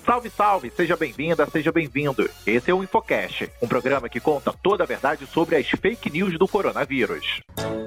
Salve, salve! Seja bem-vinda, seja bem-vindo. Esse é o InfoCast, um programa que conta toda a verdade sobre as fake news do coronavírus.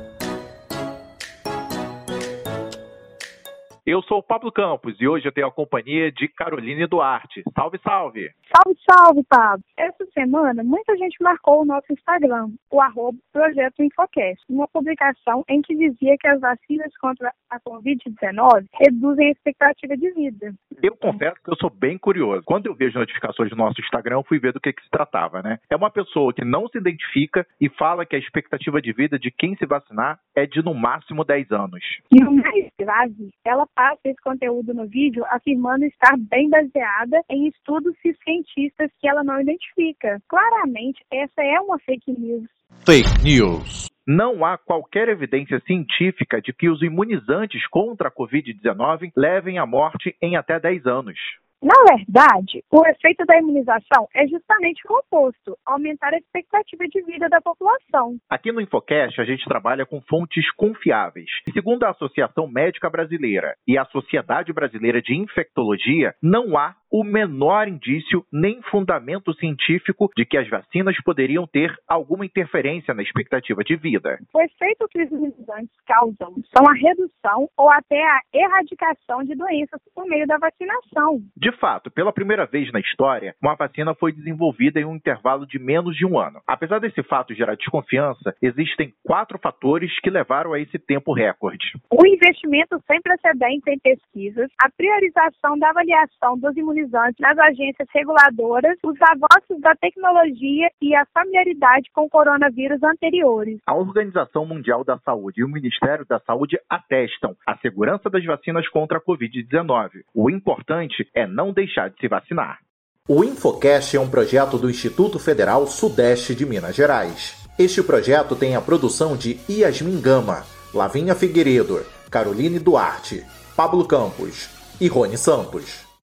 Eu sou o Pablo Campos e hoje eu tenho a companhia de Caroline Duarte. Salve, salve! Salve, salve, Pablo! Essa semana, muita gente marcou o nosso Instagram, o @Projeto InfoCast, uma publicação em que dizia que as vacinas contra a Covid-19 reduzem a expectativa de vida. Eu confesso que eu sou bem curioso. Quando eu vejo notificações do nosso Instagram, eu fui ver do que se tratava, né? É uma pessoa que não se identifica e fala que a expectativa de vida de quem se vacinar é de no máximo 10 anos. E o mais grave, ela passa esse conteúdo no vídeo afirmando estar bem baseada em estudos cientistas que ela não identifica. Claramente, essa é uma fake news. Fake news. Não há qualquer evidência científica de que os imunizantes contra a Covid-19 levem à morte em até 10 anos. Na verdade, o efeito da imunização é justamente o oposto, aumentar a expectativa de vida da população. Aqui no InfoCast, a gente trabalha com fontes confiáveis. E segundo a Associação Médica Brasileira e a Sociedade Brasileira de Infectologia, não há o menor indício nem fundamento científico de que as vacinas poderiam ter alguma interferência na expectativa de vida. O efeito que os imunizantes causam são a redução ou até a erradicação de doenças por meio da vacinação. De fato, pela primeira vez na história, uma vacina foi desenvolvida em um intervalo de menos de um ano. Apesar desse fato gerar desconfiança, existem 4 fatores que levaram a esse tempo recorde. O investimento sem precedentes em pesquisas, a priorização da avaliação dos imunizantes nas agências reguladoras, os avanços da tecnologia e a familiaridade com o coronavírus anteriores. A Organização Mundial da Saúde e o Ministério da Saúde atestam a segurança das vacinas contra a Covid-19. O importante é não deixar de se vacinar. O InfoCast é um projeto do Instituto Federal Sudeste de Minas Gerais. Este projeto tem a produção de Yasmin Gama, Lavinha Figueiredo, Caroline Duarte, Pablo Campos e Rony Santos.